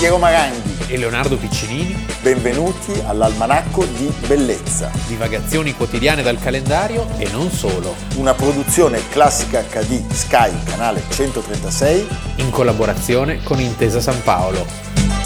Piero Maranghi e Leonardo Piccinini. Benvenuti all'Almanacco di Bellezza. Divagazioni quotidiane dal calendario e non solo. Una produzione Classica HD Sky, canale 136. In collaborazione con Intesa San Paolo.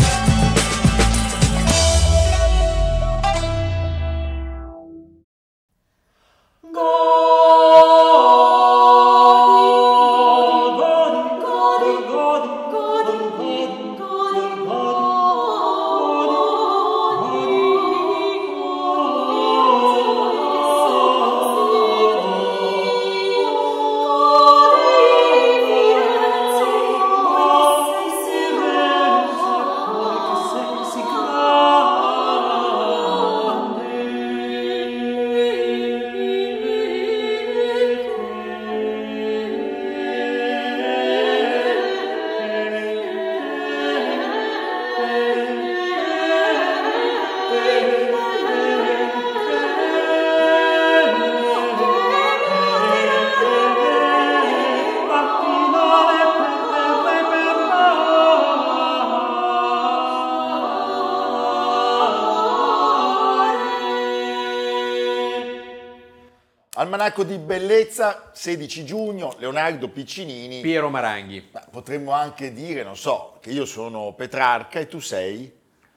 Almanacco di Bellezza, 16 giugno, Leonardo Piccinini. Piero Maranghi. Ma potremmo anche dire, non so, che io sono Petrarca e tu sei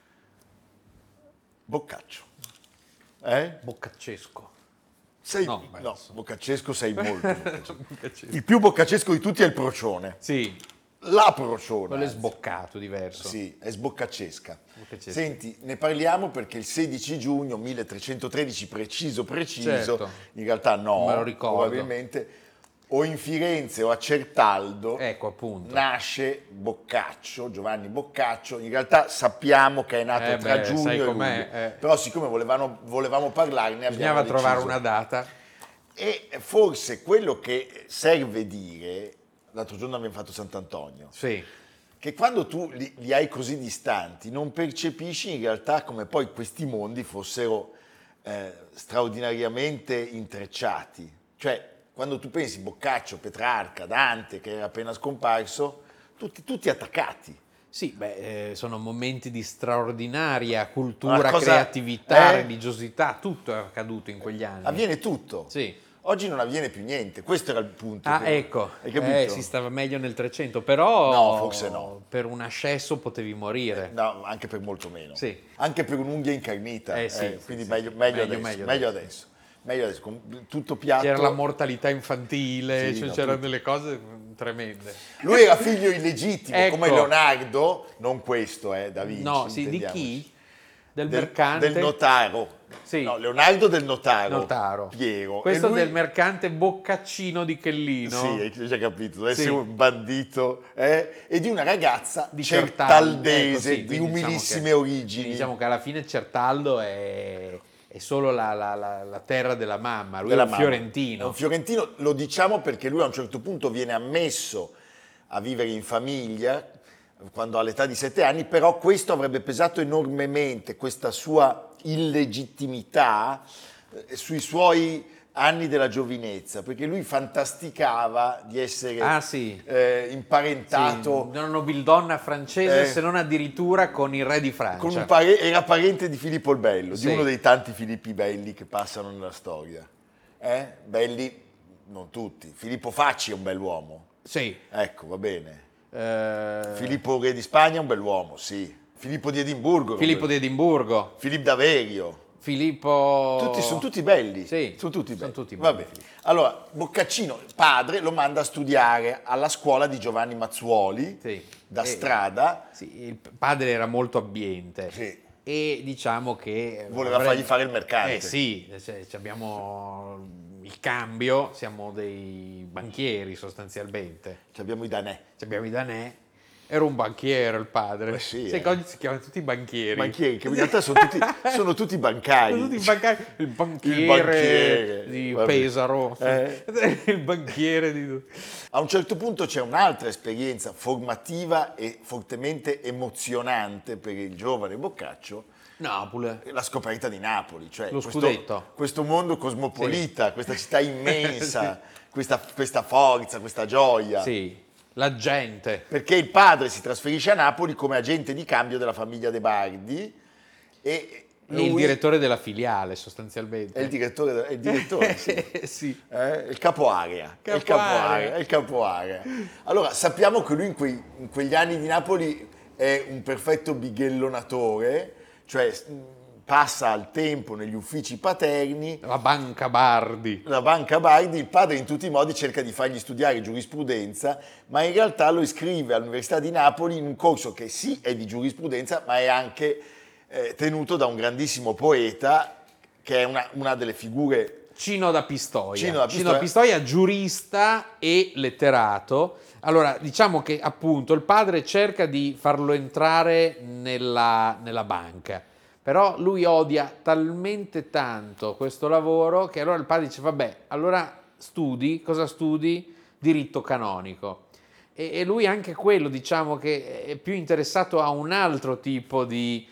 Boccaccio. Boccaccesco. No, Boccaccesco sei molto Boccaccesco. Boccaccesco. Il più Boccaccesco di tutti è il procione. Sì, La procione. quello è anzi. sboccato, diverso. Sì, è sboccaccesca. Boccaccesca. Senti, ne parliamo perché il 16 giugno 1313, preciso, Certo. in realtà no, Me lo ricordo. probabilmente, o in Firenze o a Certaldo, Ecco, appunto. nasce Boccaccio, Giovanni Boccaccio. In realtà sappiamo che è nato tra giugno sai e com'è, luglio, però siccome volevamo parlarne Bisognava abbiamo trovare deciso. una data. E forse quello che serve dire, l'altro giorno abbiamo fatto Sant'Antonio, Sì. che quando tu li hai così distanti non percepisci in realtà come poi questi mondi fossero straordinariamente intrecciati. Cioè, quando tu pensi Boccaccio, Petrarca, Dante, che era appena scomparso, tutti attaccati. Sì, sono momenti di straordinaria cultura, Una cosa- creatività, religiosità, tutto è accaduto in quegli anni. Avviene tutto. Sì. Oggi non avviene più niente, questo era il punto. Ah, che- ecco, Hai capito? si stava meglio nel 300, però No, forse no. per un ascesso potevi morire. No, anche per molto meno. Sì. Anche per un'unghia incarnita. Sì, quindi sì, meglio, sì. meglio Meglio adesso. adesso. Meglio adesso, con tutto piatto. C'era la mortalità infantile, Sì, no, c'erano tutto. delle cose tremende. Lui era figlio illegittimo, Ecco. come Leonardo, non questo, Da Vinci. No, sì, di intendiamoci. chi? Del mercante? Del notaro. Sì. No, Leonardo del notaro. Notaro. Piero. Questo E lui- del mercante Boccaccino di Chellino. Sì, hai già capito, deve Sì. essere un bandito. E di una ragazza Di certaldese, ecco, sì, di quindi umilissime diciamo che- origini. Diciamo che alla fine Certaldo è solo la terra della mamma, lui della è un mamma. fiorentino. È un fiorentino, lo diciamo perché lui a un certo punto viene ammesso a vivere in famiglia quando ha l'età di 7 anni, però questo avrebbe pesato enormemente, questa sua illegittimità sui suoi anni della giovinezza, perché lui fantasticava di essere Ah, sì. imparentato Sì, una nobildonna francese, Eh. se non addirittura con il re di Francia. con era parente di Filippo il Bello, Sì. di uno dei tanti Filippi belli che passano nella storia. Belli non tutti. Filippo Facci è un bell'uomo. Sì. Ecco, va bene. Eh, Filippo re di Spagna è un bell'uomo, sì. Filippo di Edimburgo. Filippo di Edimburgo. Filippo d'Averio. Filippo... Sono tutti belli. Sì, sono tutti sono belli. tutti Va belli. bene. Allora, Boccaccino, padre, lo manda a studiare alla scuola di Giovanni Mazzuoli, Sì. da strada. Sì, il padre era molto abbiente. Sì. E diciamo che... Voleva fargli fare il mercante. Sì, cioè, abbiamo il cambio, siamo dei banchieri sostanzialmente. Abbiamo i danè. Abbiamo i danè. Era un banchiere il padre. Sì, Sai che oggi si chiamano tutti banchieri. Banchieri, che in realtà sono tutti bancari. Sono tutti bancari. Il banchiere, banchiere, di vabbè. Pesaro. Eh. Il banchiere di... A un certo punto c'è un'altra esperienza formativa e fortemente emozionante per il giovane Boccaccio, Napoli. la scoperta di Napoli, cioè Lo scudetto. questo mondo cosmopolita, questa città immensa, questa forza, questa gioia. Sì, La gente. Perché il padre si trasferisce a Napoli come agente di cambio della famiglia De Bardi e E il direttore della filiale, sostanzialmente. è il direttore, sì. Sì. Il capo area. È il capo area. Allora, sappiamo che lui in quegli anni di Napoli è un perfetto bighellonatore, cioè passa il tempo negli uffici paterni. La banca Bardi. La banca Bardi, il padre in tutti i modi cerca di fargli studiare giurisprudenza, ma in realtà lo iscrive all'Università di Napoli in un corso che sì è di giurisprudenza, ma è anche tenuto da un grandissimo poeta, che è una delle figure... Cino da Pistoia. Cino da Pistoia, giurista e letterato. Allora, diciamo che appunto il padre cerca di farlo entrare nella banca, però lui odia talmente tanto questo lavoro che allora il padre dice, vabbè, allora studi, cosa studi? Diritto canonico. E lui anche quello, diciamo che è più interessato a un altro tipo di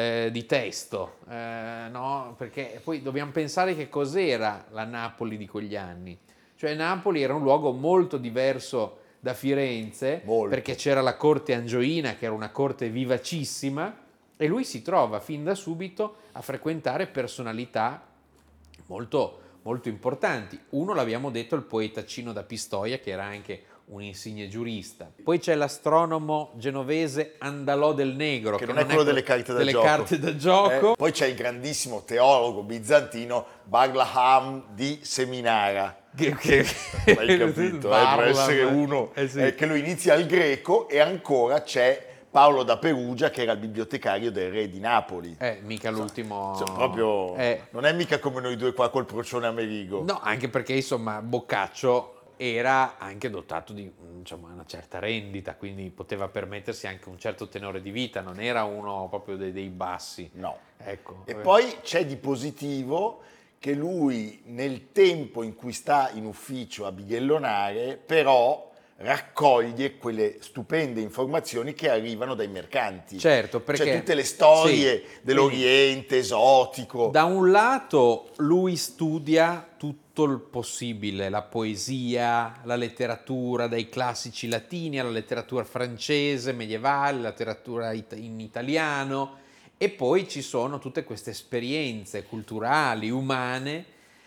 testo, no? Perché poi dobbiamo pensare che cos'era la Napoli di quegli anni. Cioè Napoli era un luogo molto diverso da Firenze, Molto. perché c'era la corte angioina, che era una corte vivacissima, e lui si trova fin da subito a frequentare personalità molto, molto importanti. Uno, l'abbiamo detto, il poeta Cino da Pistoia, che era anche un insigne giurista. Poi c'è l'astronomo genovese Andalò del Negro, che non è quello delle carte da gioco. Poi c'è il grandissimo teologo bizantino Barlaam di Seminara. Hai capito? Per essere uno sì. che lui inizia il greco, e ancora c'è Paolo da Perugia, che era il bibliotecario del re di Napoli. Mica l'ultimo... proprio, non è mica come noi due qua col Procione Amerigo. No, anche perché insomma Boccaccio era anche dotato di una certa rendita, quindi poteva permettersi anche un certo tenore di vita, non era uno proprio dei bassi. No. Ecco. E poi c'è di positivo che lui, nel tempo in cui sta in ufficio a bighellonare, però raccoglie quelle stupende informazioni che arrivano dai mercanti. Certo, perché... Cioè tutte le storie sì, dell'Oriente esotico. Da un lato lui studia tutto il possibile, la poesia, la letteratura, dai classici latini alla letteratura francese, medievale, la letteratura in italiano, e poi ci sono tutte queste esperienze culturali, umane,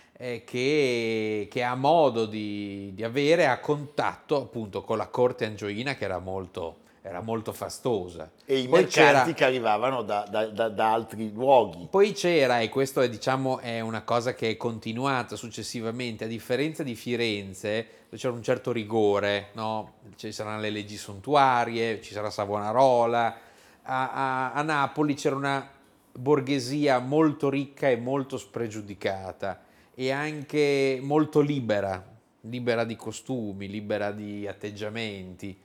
che ha modo di avere a contatto appunto con la corte angioina, che era molto fastosa. E i mercanti che arrivavano da altri luoghi. Poi c'era, e questo è una cosa che è continuata successivamente, a differenza di Firenze, dove c'era un certo rigore, no? Ci saranno le leggi suntuarie, ci sarà Savonarola. A Napoli c'era una borghesia molto ricca e molto spregiudicata, e anche molto libera di costumi, libera di atteggiamenti.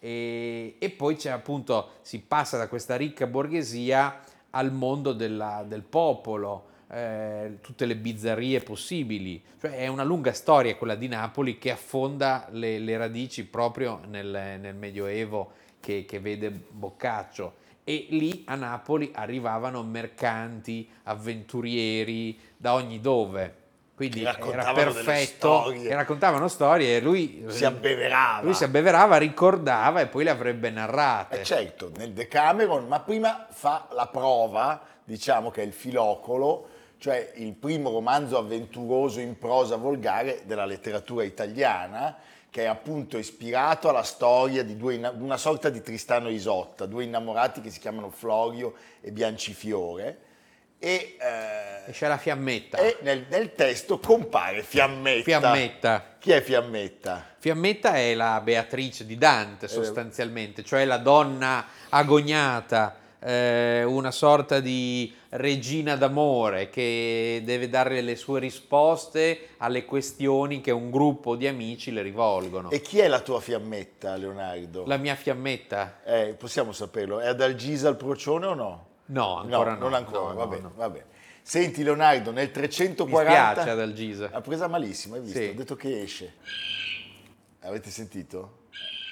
E poi c'è appunto, si passa da questa ricca borghesia al mondo del popolo, tutte le bizzarrie possibili. Cioè è una lunga storia quella di Napoli, che affonda le radici proprio nel Medioevo che vede Boccaccio. E lì a Napoli arrivavano mercanti, avventurieri da ogni dove. Quindi era perfetto, che raccontavano storie, e lui si abbeverava. Lui si abbeverava, ricordava e poi le avrebbe narrate. Certo, nel Decameron, ma prima fa la prova, diciamo che è il Filocolo, cioè il primo romanzo avventuroso in prosa volgare della letteratura italiana, che è appunto ispirato alla storia di una sorta di Tristano e Isotta, due innamorati che si chiamano Florio e Biancifiore. E c'è la Fiammetta. E nel testo compare Fiammetta. Chi è Fiammetta? Fiammetta è la Beatrice di Dante, sostanzialmente, cioè la donna agognata, una sorta di regina d'amore che deve dare le sue risposte alle questioni che un gruppo di amici le rivolgono. E chi è la tua Fiammetta, Leonardo? La mia Fiammetta? Possiamo saperlo. È ad Algisa al Procione o no? No, ancora no. Non ancora, no, va bene, no. va bene. Senti Leonardo, nel 340... Mi spiace ad Algisa. Ha presa malissimo, hai visto? Sì. Ho detto che esce. Avete sentito?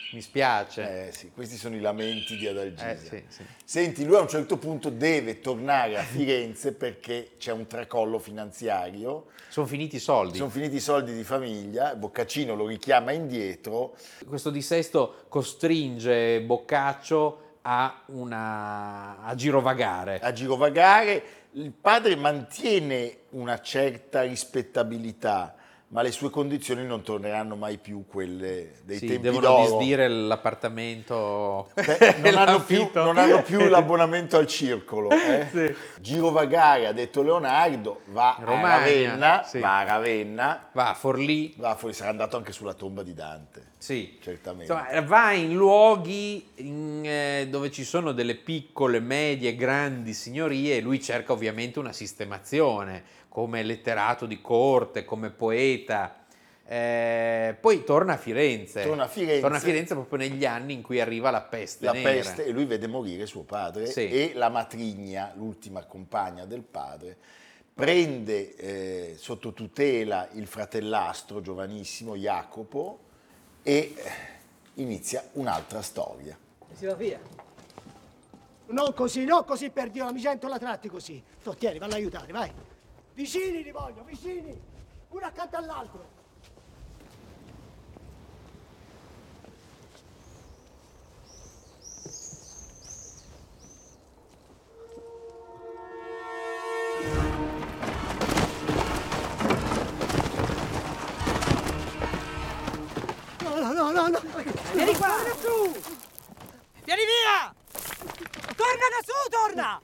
mi spiace. Sì, questi sono i lamenti di Adalgisa. Sì, sì. Senti, lui a un certo punto deve tornare a Firenze perché c'è un tracollo finanziario. Sono finiti i soldi. Sono finiti i soldi di famiglia, Boccaccino lo richiama indietro. Questo dissesto costringe Boccaccio a girovagare. A girovagare, il padre mantiene una certa rispettabilità, ma le sue condizioni non torneranno mai più quelle dei Sì, tempi devono d'oro. disdire l'appartamento. Non hanno più l'abbonamento al circolo. Sì. Girovagare, ha detto Leonardo, va Romagna, a Ravenna, sì. va a Ravenna, Va a Forlì. sarà andato anche sulla tomba di Dante. Sì, Certamente. insomma, va in luoghi dove ci sono delle piccole, medie, grandi signorie e lui cerca ovviamente una sistemazione come letterato di corte, come poeta. Poi torna a Firenze. Torna a Firenze Proprio negli anni in cui arriva la peste la nera. peste e lui vede morire suo padre Sì. e la matrigna, l'ultima compagna del padre, prende sotto tutela il fratellastro giovanissimo Jacopo e inizia un'altra storia. Si va via. Non così per Dio, mi sento la tratti così. Tieni, vanno a aiutare, vai. Vicini li voglio, vicini, uno accanto all'altro. No. Vieni qua! Torna su! Vieni via! Torna da su, torna!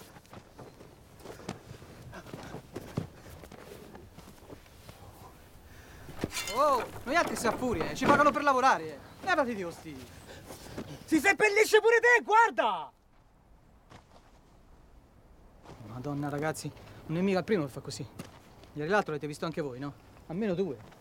Oh, noi altri si a furia, ci pagano per lavorare. Levati di osti. Si seppellisce pure te, guarda! Madonna, ragazzi, non è mica il primo che fa così. Ieri l'altro l'avete visto anche voi, no? Almeno due.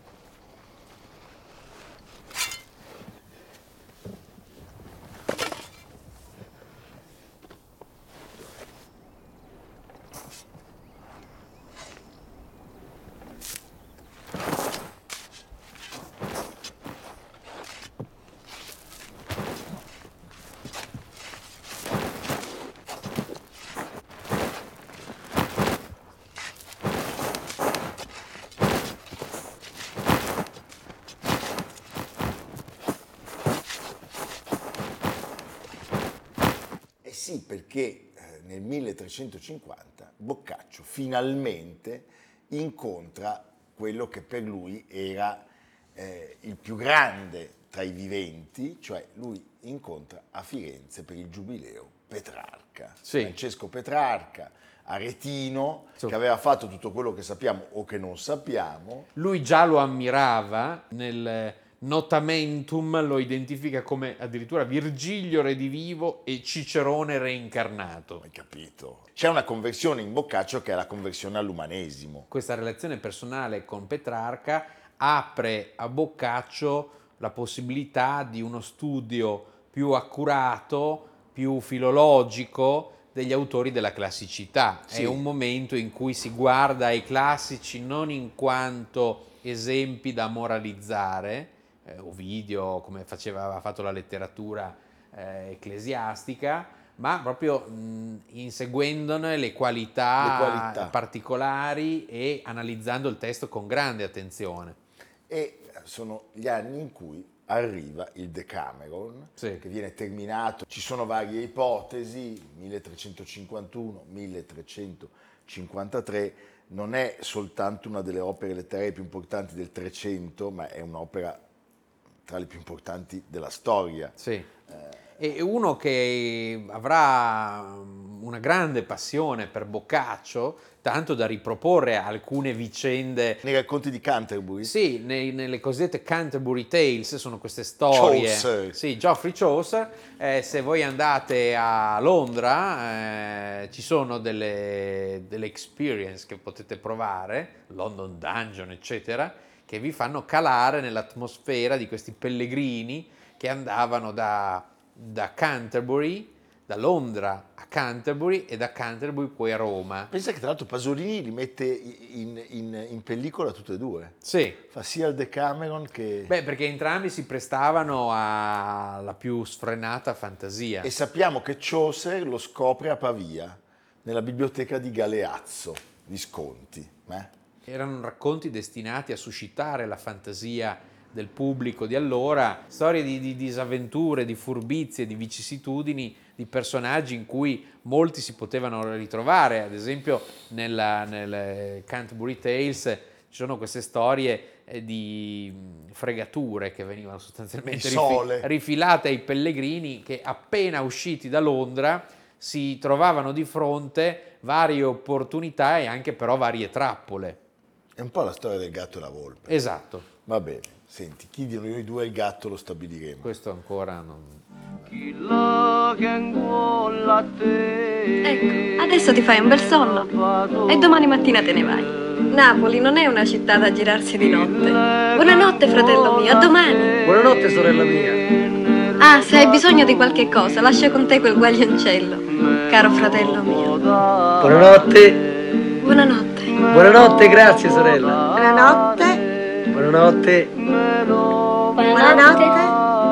Sì, perché nel 1350 Boccaccio finalmente incontra quello che per lui era il più grande tra i viventi, cioè lui incontra a Firenze per il giubileo Petrarca, Sì. Francesco Petrarca, aretino, Sì. che aveva fatto tutto quello che sappiamo o che non sappiamo. Lui già lo ammirava, nel Notamentum lo identifica come addirittura Virgilio redivivo e Cicerone reincarnato. Hai capito? C'è una conversione in Boccaccio che è la conversione all'umanesimo. Questa relazione personale con Petrarca apre a Boccaccio la possibilità di uno studio più accurato, più filologico degli autori della classicità. Sì. È un momento in cui si guarda ai classici non in quanto esempi da moralizzare, Ovidio come aveva fatto la letteratura ecclesiastica, ma proprio inseguendone le qualità particolari e analizzando il testo con grande attenzione. E sono gli anni in cui arriva il Decameron, Sì. che viene terminato. Ci sono varie ipotesi, 1351, 1353, non è soltanto una delle opere letterarie più importanti del Trecento, ma è un'opera tra le più importanti della storia. Sì. E uno che avrà una grande passione per Boccaccio, tanto da riproporre alcune vicende. Nei racconti di Canterbury? Sì, nelle cosiddette Canterbury Tales sono queste storie. Chaucer. Sì, Geoffrey Chaucer. Se voi andate a Londra ci sono delle experience che potete provare, London Dungeon, eccetera, che vi fanno calare nell'atmosfera di questi pellegrini che andavano da Canterbury, da Londra a Canterbury e da Canterbury poi a Roma. Pensa che tra l'altro Pasolini li mette in pellicola tutte e due. Sì. Fa sia il Decameron che... Beh, perché entrambi si prestavano alla più sfrenata fantasia. E sappiamo che Chaucer lo scopre a Pavia, nella biblioteca di Galeazzo, Visconti. Erano racconti destinati a suscitare la fantasia del pubblico di allora, storie di disavventure, di furbizie, di vicissitudini, di personaggi in cui molti si potevano ritrovare. Ad esempio nel Canterbury Tales ci sono queste storie di fregature che venivano sostanzialmente rifilate ai pellegrini che appena usciti da Londra si trovavano di fronte varie opportunità e anche però varie trappole. È un po' la storia del gatto e la volpe. Esatto. Va bene, senti, chi di noi due è il gatto lo stabiliremo. Questo ancora non... Ecco, adesso ti fai un bel sonno e domani mattina te ne vai. Napoli non è una città da girarsi di notte. Buonanotte, fratello mio, a domani. Buonanotte, sorella mia. Ah, se hai bisogno di qualche cosa, lascia con te quel guaglioncello, caro fratello mio. Buonanotte. Buonanotte. Buonanotte, grazie, sorella. Buonanotte. Buonanotte. Buonanotte.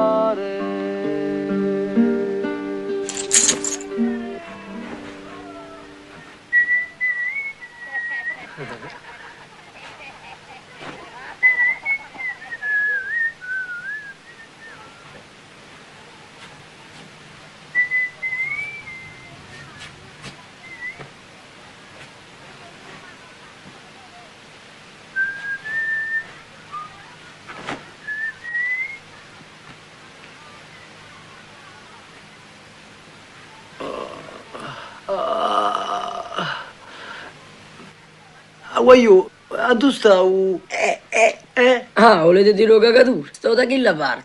Guagliù, a tu stau... Ah, volete dire cagatura? Sto da chi la parte?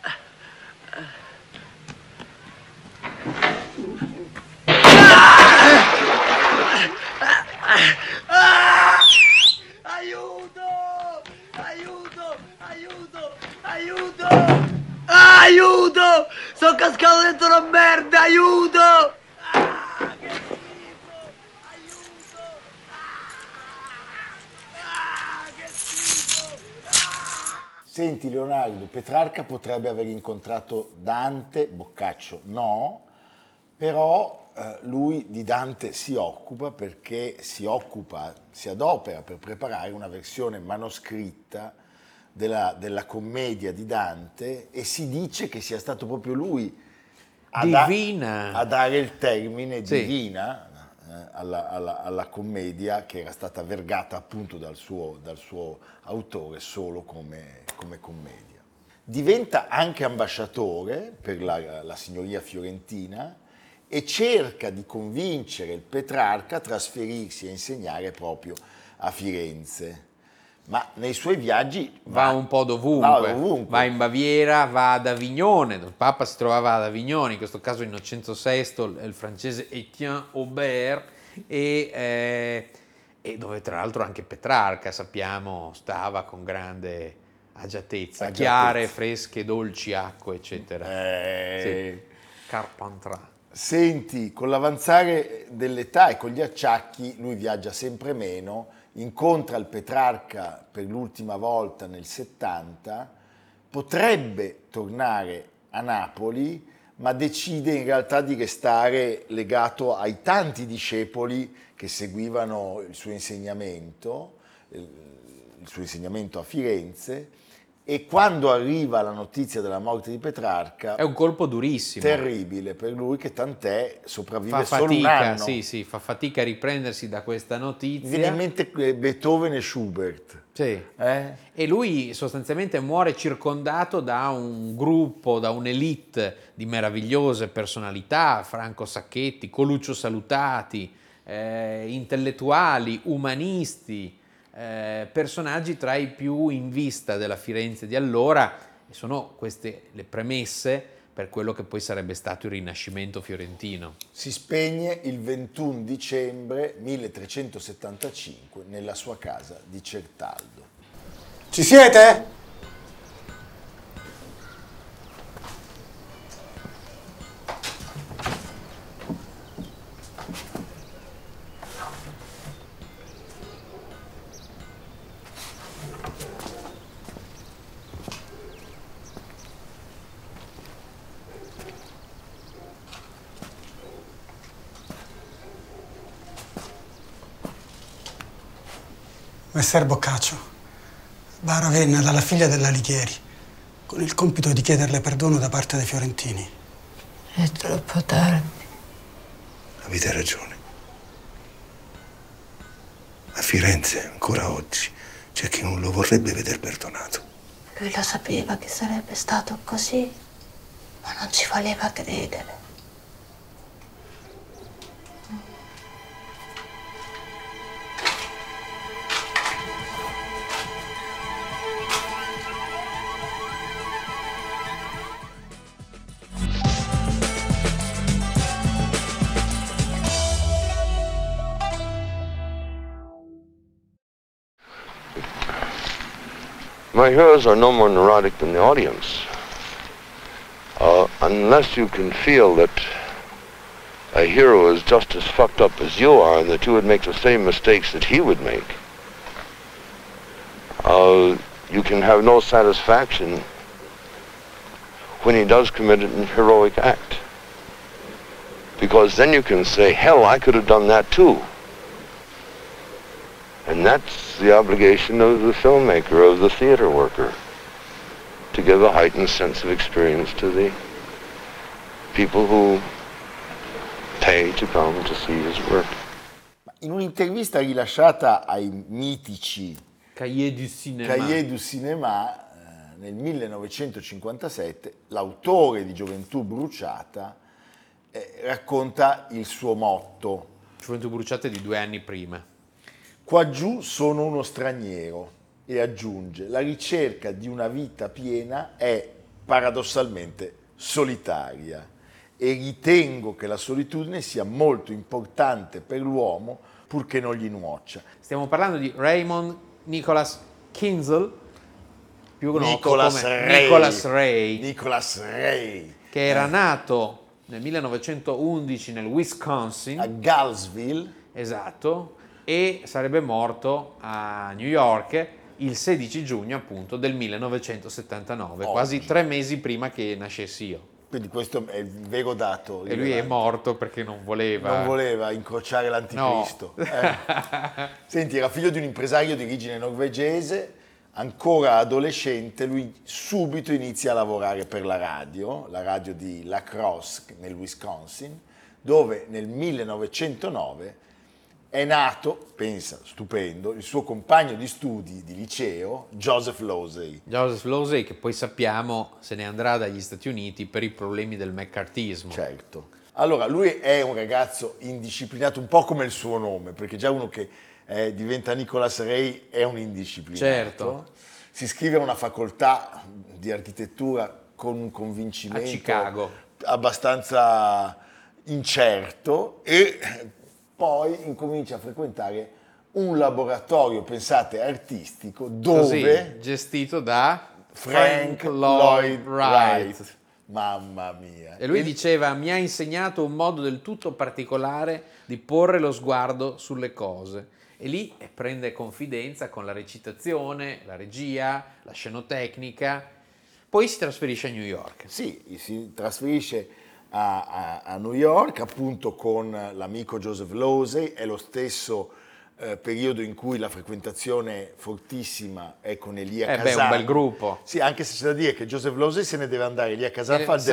Aiuto! Aiuto! Aiuto! Aiuto! Aiuto! Sono cascato dentro una merda! Aiuto! Senti Leonardo, Petrarca potrebbe aver incontrato Dante, Boccaccio no, però lui di Dante si occupa perché si adopera per preparare una versione manoscritta della commedia di Dante e si dice che sia stato proprio lui a dare il termine Sì. divina alla commedia che era stata vergata appunto dal suo autore solo come commedia. Diventa anche ambasciatore per la signoria fiorentina e cerca di convincere il Petrarca a trasferirsi e insegnare proprio a Firenze. Ma nei suoi viaggi Va un po' dovunque. ovunque. Va in Baviera, va ad Avignone, dove il Papa si trovava ad Avignone, in questo caso Innocenzo VI, il francese Etienne Aubert, e dove tra l'altro anche Petrarca, sappiamo, stava con grande agiatezza. Chiare, fresche, dolci acque, eccetera. Sì. Carpentras. Senti, con l'avanzare dell'età e con gli acciacchi, lui viaggia sempre meno, incontra il Petrarca per l'ultima volta nel 70, potrebbe tornare a Napoli, ma decide in realtà di restare legato ai tanti discepoli che seguivano il suo insegnamento a Firenze, e quando arriva la notizia della morte di Petrarca È un colpo durissimo. terribile per lui, che tant'è sopravvive Fa solo un fatica, anno. sì, fa fatica a riprendersi da questa Mi notizia. viene in mente Beethoven e Schubert. Sì. E lui sostanzialmente muore circondato da un gruppo, da un'elite di meravigliose personalità, Franco Sacchetti, Coluccio Salutati, intellettuali, umanisti, personaggi tra i più in vista della Firenze di allora, e sono queste le premesse per quello che poi sarebbe stato il Rinascimento fiorentino. Si spegne il 21 dicembre 1375 nella sua casa di Certaldo. Ci siete? Messer Boccaccio va a Ravenna dalla figlia dell'Alighieri con il compito di chiederle perdono da parte dei fiorentini. È troppo tardi. Avete ragione. A Firenze, ancora oggi, c'è chi non lo vorrebbe veder perdonato. Lui lo sapeva che sarebbe stato così, ma non ci voleva credere. My heroes are no more neurotic than the audience. Unless you can feel that a hero is just as fucked up as you are and that you would make the same mistakes that he would make, you can have no satisfaction when he does commit an heroic act. Because then you can say, hell, I could have done that too. And that's the obligation of the filmmaker, of the theater worker, to give a heightened sense of experience to the people who pay to come to see his work. In un'intervista rilasciata ai mitici Cahiers du Cinéma nel 1957, l'autore di Gioventù bruciata racconta il suo motto. Gioventù bruciata di 2 anni prima. Qua giù sono uno straniero, e aggiunge: la ricerca di una vita piena è paradossalmente solitaria e ritengo che la solitudine sia molto importante per l'uomo purché non gli nuoccia. Stiamo parlando di Raymond Nicholas Kinzel, più noto Nicholas come Ray. Nicholas Ray, che era nato nel 1911 nel Wisconsin, a Gallsville, esatto, e sarebbe morto a New York il 16 giugno appunto del 1979, quasi 3 mesi prima che nascessi io. Quindi questo è il vero dato. E lui è morto perché non voleva incrociare l'anticristo. No. Senti, era figlio di un impresario di origine norvegese, ancora adolescente, lui subito inizia a lavorare per la radio di La Crosse nel Wisconsin, dove nel 1909 è nato, pensa, stupendo, il suo compagno di studi di liceo, Joseph Losey. Joseph Losey, che poi sappiamo se ne andrà dagli Stati Uniti per i problemi del meccartismo. Certo. Allora, lui è un ragazzo indisciplinato, un po' come il suo nome, perché già uno che diventa Nicholas Ray è un indisciplinato. Certo. Si iscrive a una facoltà di architettura con un convincimento a Chicago abbastanza incerto e poi incomincia a frequentare un laboratorio, pensate, artistico, dove... gestito da Frank Lloyd Wright. Mamma mia. E lui diceva: mi ha insegnato un modo del tutto particolare di porre lo sguardo sulle cose. E lì prende confidenza con la recitazione, la regia, la scenotecnica. Poi si trasferisce a New York. Sì, si trasferisce a New York, appunto con l'amico Joseph Losey. È lo stesso periodo in cui la frequentazione fortissima è con Elia Kazan. Un bel gruppo. Sì, anche se c'è da dire che Joseph Losey se ne deve andare, Elia Kazan fa il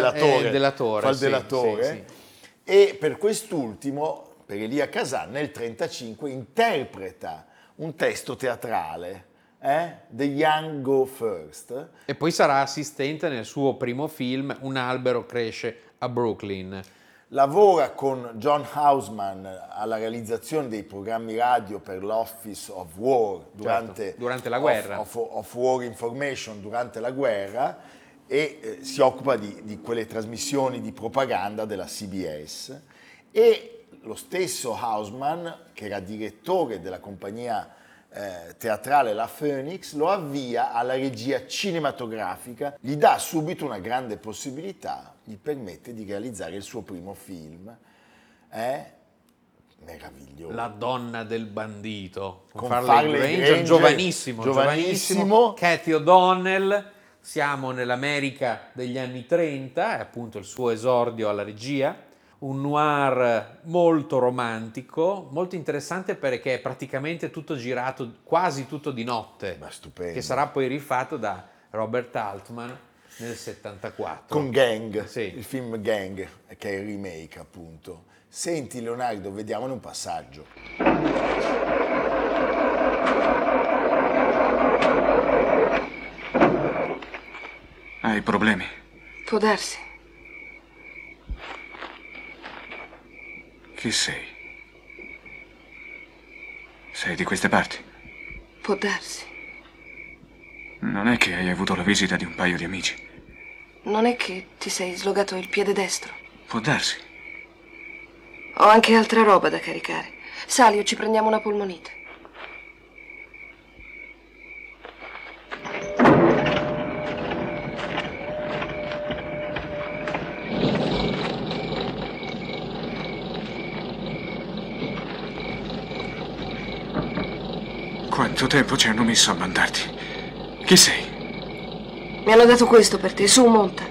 delatore. Sì. E per quest'ultimo, per Elia Kazan, nel 1935 interpreta un testo teatrale, The Young Go First. E poi sarà assistente nel suo primo film, Un albero cresce a Brooklyn. Lavora con John Houseman alla realizzazione dei programmi radio per l'Office of War durante la guerra. Of War Information durante la guerra e si occupa di quelle trasmissioni di propaganda della CBS. E lo stesso Houseman, che era direttore della compagnia teatrale La Phoenix, lo avvia alla regia cinematografica, gli dà subito una grande possibilità, gli permette di realizzare il suo primo film. È meraviglioso. La donna del bandito, con Farley Granger, giovanissimo. Cathy O'Donnell. Siamo nell'America degli anni 30, è appunto il suo esordio alla regia. un noir molto romantico, molto interessante perché è praticamente tutto girato, quasi tutto di notte, Ma stupendo. che sarà poi rifatto da Robert Altman nel 74. Con Gang, Sì. il film Gang, che è il remake appunto. Senti Leonardo, vediamone un passaggio. Hai problemi? Può darsi. Chi sei? Sei di queste parti? Può darsi. Non è che hai avuto la visita di un paio di amici? Non è che ti sei slogato il piede destro? Può darsi. Ho anche altra roba da caricare. Sali o ci prendiamo una polmonite. Quanto tempo ci hanno messo a mandarti? Chi sei? Mi hanno dato questo per te. Su, monta.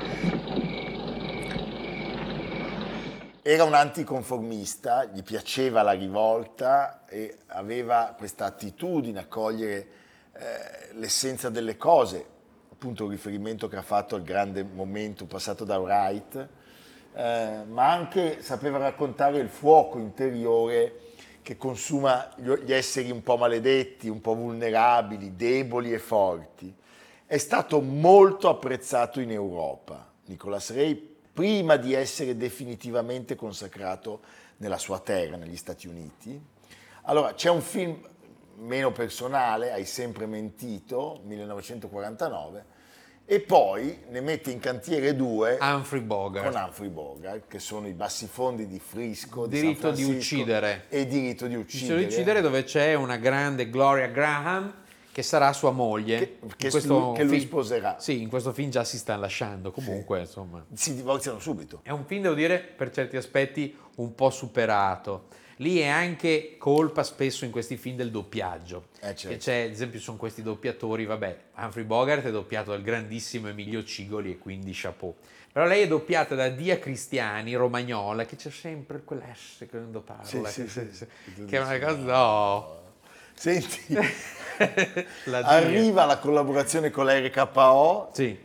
Era un anticonformista, gli piaceva la rivolta e aveva questa attitudine a cogliere l'essenza delle cose, appunto un riferimento che ha fatto al grande momento passato da Wright, ma anche sapeva raccontare il fuoco interiore che consuma gli esseri un po' maledetti, un po' vulnerabili, deboli e forti. È stato molto apprezzato in Europa. Nicolas Ray, prima di essere definitivamente consacrato nella sua terra, negli Stati Uniti. Allora, c'è un film meno personale, Hai sempre mentito, 1949, e poi ne mette in cantiere due Humphrey Bogart. con Humphrey Bogart, che sono I bassifondi di Frisco, Diritto di di San Francisco uccidere. e Diritto di uccidere. Dove c'è una grande Gloria Graham che sarà sua moglie. Che In lui film- sposerà. Sì, in questo film già si sta lasciando, comunque insomma. Si divorziano subito. È un film, devo dire, per certi aspetti un po' superato. Lì è anche colpa spesso in questi film del doppiaggio. Certo. Che c'è, ad esempio, sono questi doppiatori, vabbè, Humphrey Bogart è doppiato dal grandissimo Emilio Cigoli e quindi chapeau. Però lei è doppiata da Dia Cristiani, romagnola, che c'è sempre quell'S che quando parla. Sì. Che è una cosa... No. Senti, La Dia. arriva la collaborazione con l'RKO, Sì.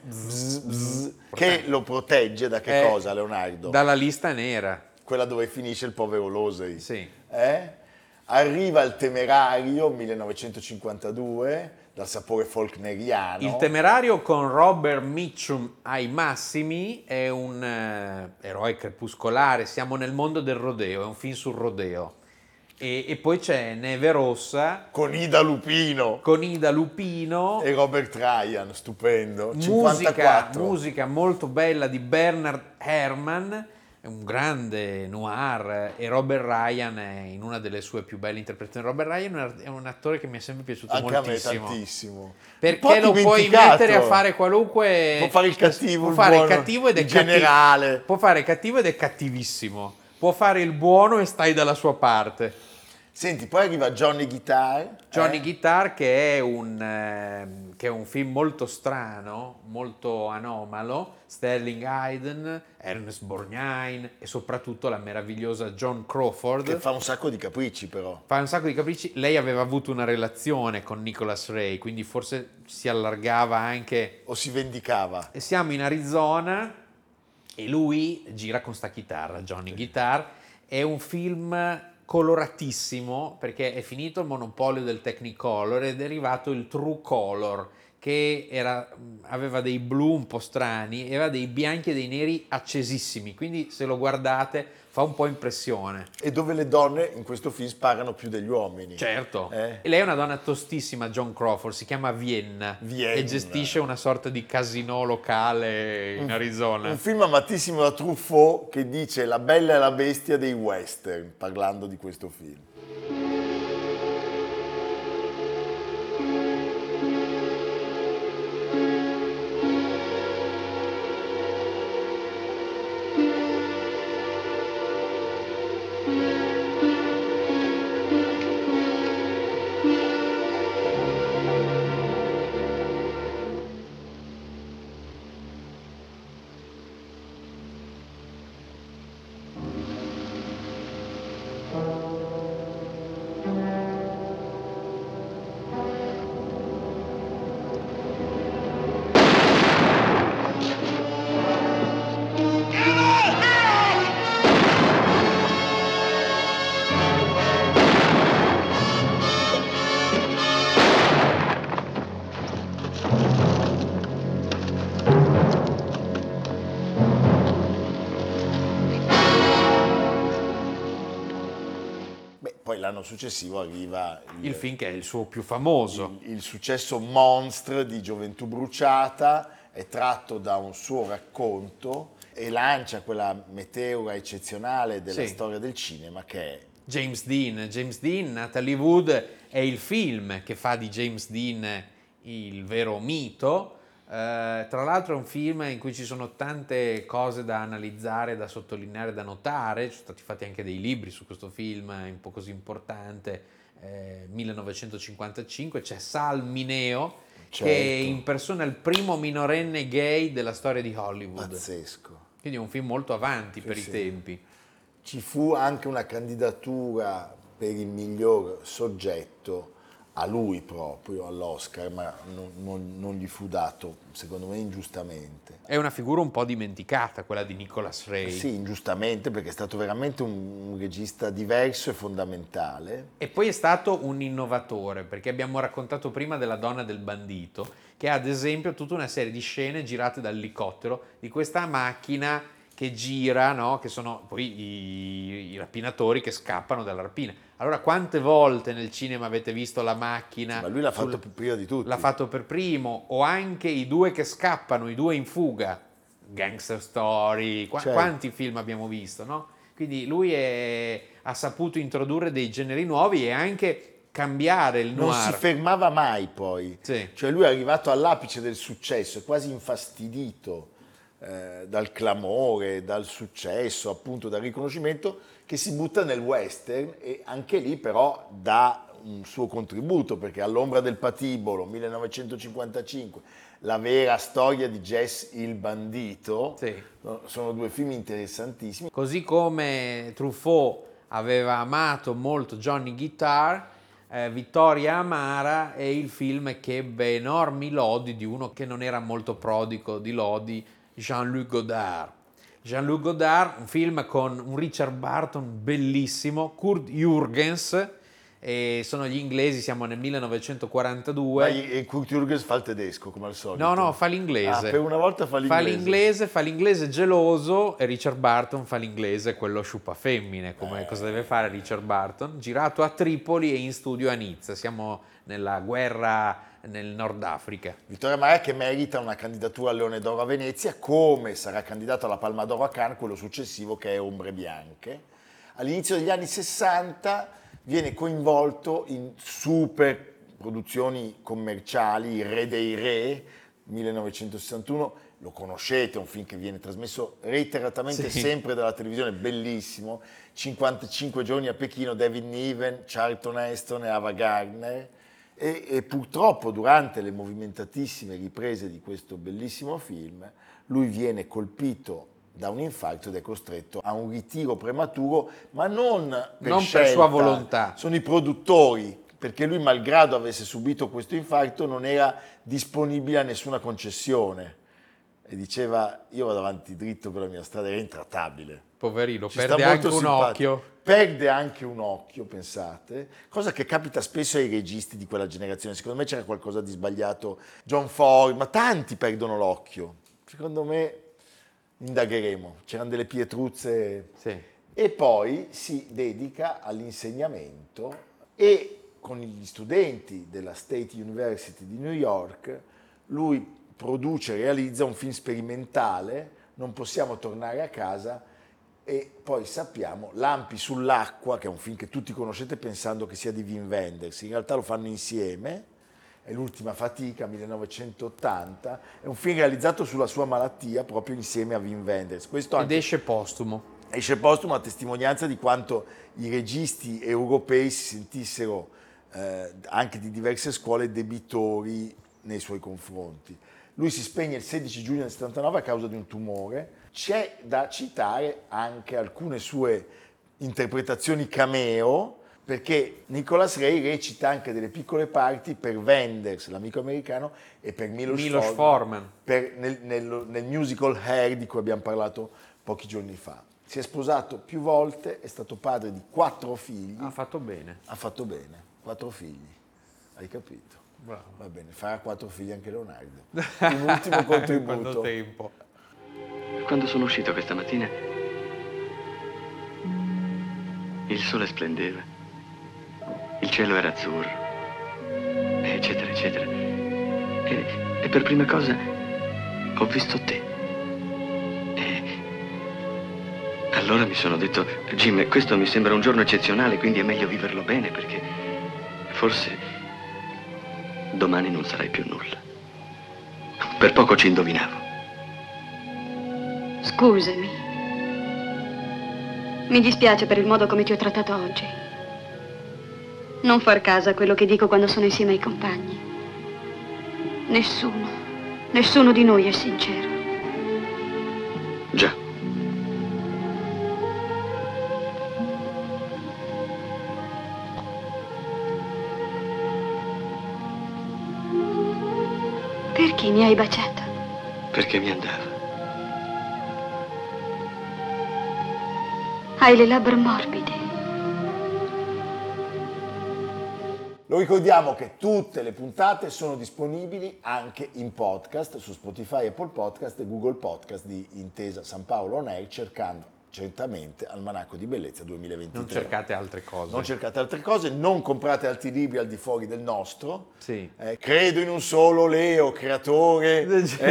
che lo protegge da che cosa, Leonardo? Dalla lista nera. Quella dove finisce il povero Losey. Sì. Arriva il Temerario, 1952, dal sapore faulkneriano. Il Temerario con Robert Mitchum ai massimi è un eroe crepuscolare, siamo nel mondo del rodeo, è un film sul rodeo. E poi c'è Neve Rossa Con Ida Lupino e Robert Ryan, stupendo. 54. musica molto bella di Bernard Herrmann, è un grande noir, e Robert Ryan è in una delle sue più belle interpretazioni. Robert Ryan è un attore che mi è sempre piaciuto Anche moltissimo. a me tantissimo. Un Perché po' lo puoi dimenticato. mettere a fare qualunque... Può fare il cattivo, può il fare buono, il cattivo ed è il generale. Può fare il cattivo ed è cattivissimo. Può fare il buono e stai dalla sua parte. Senti, poi arriva Johnny Guitar. Guitar, che è un film molto strano, molto anomalo. Sterling Hayden, Ernest Borgnine e soprattutto la meravigliosa Joan Crawford. Che fa un sacco di capricci però. Fa un sacco di capricci. Lei aveva avuto una relazione con Nicolas Ray, quindi forse si allargava anche... O si vendicava. E siamo in Arizona e lui gira con sta chitarra, Johnny Guitar. È un film coloratissimo perché è finito il monopolio del Technicolor ed è arrivato il True Color, che aveva dei blu un po' strani e aveva dei bianchi e dei neri accesissimi, quindi se lo guardate fa un po' impressione. E dove le donne in questo film sparano più degli uomini. Certo. E lei è una donna tostissima, Joan Crawford, si chiama Vienna e gestisce una sorta di casinò locale in Arizona. Un film amatissimo da Truffaut che dice La bella e la bestia dei western, parlando di questo film. l'anno successivo arriva il film che è il suo più famoso. Il successo Monstre di Gioventù bruciata, è tratto da un suo racconto e lancia quella meteora eccezionale della storia del cinema che è James Dean, Natalie Wood, è il film che fa di James Dean il vero mito. Tra l'altro è un film in cui ci sono tante cose da analizzare, da sottolineare, da notare. Ci sono stati fatti anche dei libri su questo film un po' così importante, 1955. C'è Sal Mineo, che impersona il primo minorenne gay della storia di Hollywood. Pazzesco. Quindi è un film molto avanti per i tempi. Ci fu anche una candidatura per il miglior soggetto a lui proprio, all'Oscar, ma non gli fu dato, secondo me ingiustamente. È una figura un po' dimenticata, quella di Nicholas Ray. Sì, ingiustamente, perché è stato veramente un regista diverso e fondamentale. E poi è stato un innovatore, perché abbiamo raccontato prima della Donna del bandito, che ha ad esempio tutta una serie di scene girate dall'elicottero di questa macchina che gira, no? Che sono poi i rapinatori che scappano dalla rapina. Allora, quante volte nel cinema avete visto la macchina? Ma lui l'ha fatto prima di tutti. L'ha fatto per primo, o anche i due che scappano, i due in fuga, Gangster Story, quanti film abbiamo visto, no? Quindi lui ha saputo introdurre dei generi nuovi e anche cambiare il noir. Non si fermava mai poi. Sì. Cioè lui è arrivato all'apice del successo, è quasi infastidito dal clamore, dal successo, appunto dal riconoscimento, che si butta nel western e anche lì però dà un suo contributo, perché All'ombra del patibolo, 1955, La vera storia di Jess il bandito, sono due film interessantissimi. Così come Truffaut aveva amato molto Johnny Guitar, Vittoria Amara è il film che ebbe enormi lodi di uno che non era molto prodigo di lodi, Jean-Luc Godard. Jean-Luc Godard, un film con un Richard Burton bellissimo, Kurt Jürgens, e sono gli inglesi, siamo nel 1942. E Kurt Jürgens fa il tedesco, come al solito? No, fa l'inglese. Per una volta fa l'inglese. Fa l'inglese geloso, e Richard Burton fa l'inglese quello sciupa femmine, come cosa deve fare Richard Burton, girato a Tripoli e in studio a Nizza. Siamo nella guerra nel Nord Africa. Vittorio Amara che merita una candidatura al Leone d'Oro a Venezia, come sarà candidato alla Palma d'Oro a Cannes, quello successivo che è Ombre bianche. All'inizio degli anni 60 viene coinvolto in super produzioni commerciali, Il Re dei Re, 1961, lo conoscete, è un film che viene trasmesso reiteratamente sempre dalla televisione, bellissimo, 55 giorni a Pechino, David Niven, Charlton Heston e Ava Gardner. E purtroppo durante le movimentatissime riprese di questo bellissimo film lui viene colpito da un infarto ed è costretto a un ritiro prematuro, ma non per sua volontà. Sono i produttori, perché lui, malgrado avesse subito questo infarto, non era disponibile a nessuna concessione e diceva: io vado avanti dritto per la mia strada, era intrattabile. Poverino, perde anche un occhio. Perde anche un occhio, pensate, cosa che capita spesso ai registi di quella generazione. Secondo me c'era qualcosa di sbagliato. John Ford, ma tanti perdono l'occhio. Secondo me indagheremo, c'erano delle pietruzze. E poi si dedica all'insegnamento e con gli studenti della State University di New York lui produce e realizza un film sperimentale, Non possiamo tornare a casa. E poi sappiamo Lampi sull'acqua, che è un film che tutti conoscete pensando che sia di Wim Wenders, in realtà lo fanno insieme, è L'ultima fatica, 1980, è un film realizzato sulla sua malattia proprio insieme a Wim Wenders. Ed esce postumo. Esce postumo a testimonianza di quanto i registi europei si sentissero anche di diverse scuole debitori nei suoi confronti. Lui si spegne il 16 giugno del 79 a causa di un tumore. C'è da citare anche alcune sue interpretazioni cameo, perché Nicholas Ray recita anche delle piccole parti per Wenders, l'amico americano, e per Milos Forman nel musical Hair di cui abbiamo parlato pochi giorni fa. Si è sposato più volte, è stato padre di 4 figli. Ha fatto bene. 4 figli, hai capito? Bravo. Va bene, farà 4 figli anche Leonardo. Un ultimo contributo. Quanto tempo. Quando sono uscito questa mattina, il sole splendeva cielo era azzurro, eccetera, eccetera. E per prima cosa ho visto te. E allora mi sono detto, Jim, questo mi sembra un giorno eccezionale, quindi è meglio viverlo bene, perché forse domani non sarai più nulla. Per poco ci indovinavo. Scusami. Mi dispiace per il modo come ti ho trattato oggi. Non far caso a quello che dico quando sono insieme ai compagni. Nessuno di noi è sincero. Già. Perché mi hai baciato? Perché mi andava. Hai le labbra morbide. Lo ricordiamo che tutte le puntate sono disponibili anche in podcast su Spotify, Apple Podcast e Google Podcast di Intesa San Paolo On Air, cercando certamente Almanacco di Bellezza 2023. Non cercate altre cose. Non comprate altri libri al di fuori del nostro. Sì. Credo in un solo Leo, creatore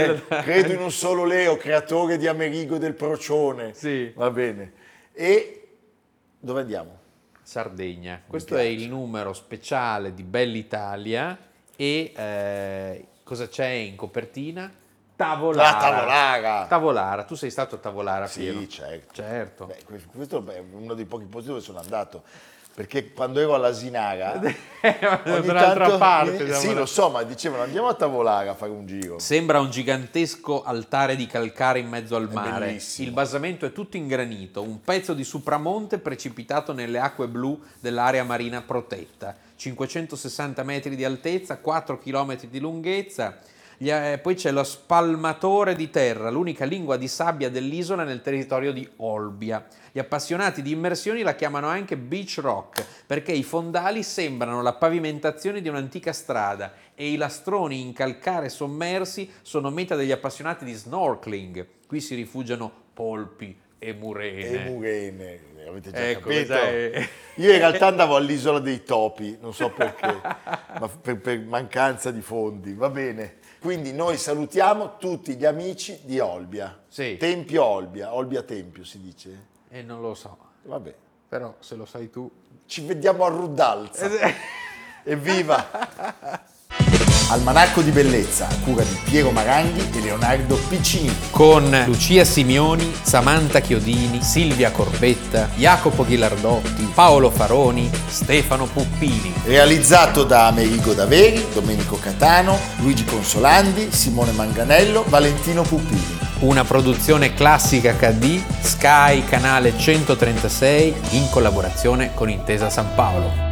di Amerigo e del Procione. Sì. Va bene. E dove andiamo? Sardegna. Questo è il numero speciale di Bell'Italia e cosa c'è in copertina? Tavolara. La Tavolara. Tavolara. Tu sei stato a Tavolara, Piero? Sì, certo. Beh, questo è uno dei pochi posti dove sono andato. Perché quando ero all'Asinaga dall'altra parte. Sì, lo so, ma dicevano andiamo a Tavolara a fare un giro. Sembra un gigantesco altare di calcare in mezzo al mare. Bellissimo. Il basamento è tutto in granito, un pezzo di sopramonte precipitato nelle acque blu dell'area marina protetta. 560 metri di altezza, 4 chilometri di lunghezza. Poi c'è lo spalmatore di terra, l'unica lingua di sabbia dell'isola nel territorio di Olbia. Gli appassionati di immersioni la chiamano anche Beach Rock perché i fondali sembrano la pavimentazione di un'antica strada e i lastroni in calcare sommersi sono meta degli appassionati di snorkeling. Qui si rifugiano polpi e murene. Avete già capito? Io in realtà andavo all'isola dei topi, non so perché, ma per mancanza di fondi, va bene. Quindi noi salutiamo tutti gli amici di Olbia. Sì. Tempio Olbia, Olbia Tempio si dice? Non lo so. Vabbè. Però se lo sai tu. Ci vediamo a Ruddalza. Evviva! Almanacco di Bellezza, a cura di Piero Maranghi e Leonardo Piccini. Con Lucia Simioni, Samantha Chiodini, Silvia Corbetta, Jacopo Ghilardotti, Paolo Faroni, Stefano Puppini. Realizzato da Amerigo Daveri, Domenico Catano, Luigi Consolandi, Simone Manganello, Valentino Puppini. Una produzione Classica HD, Sky Canale 136, in collaborazione con Intesa San Paolo.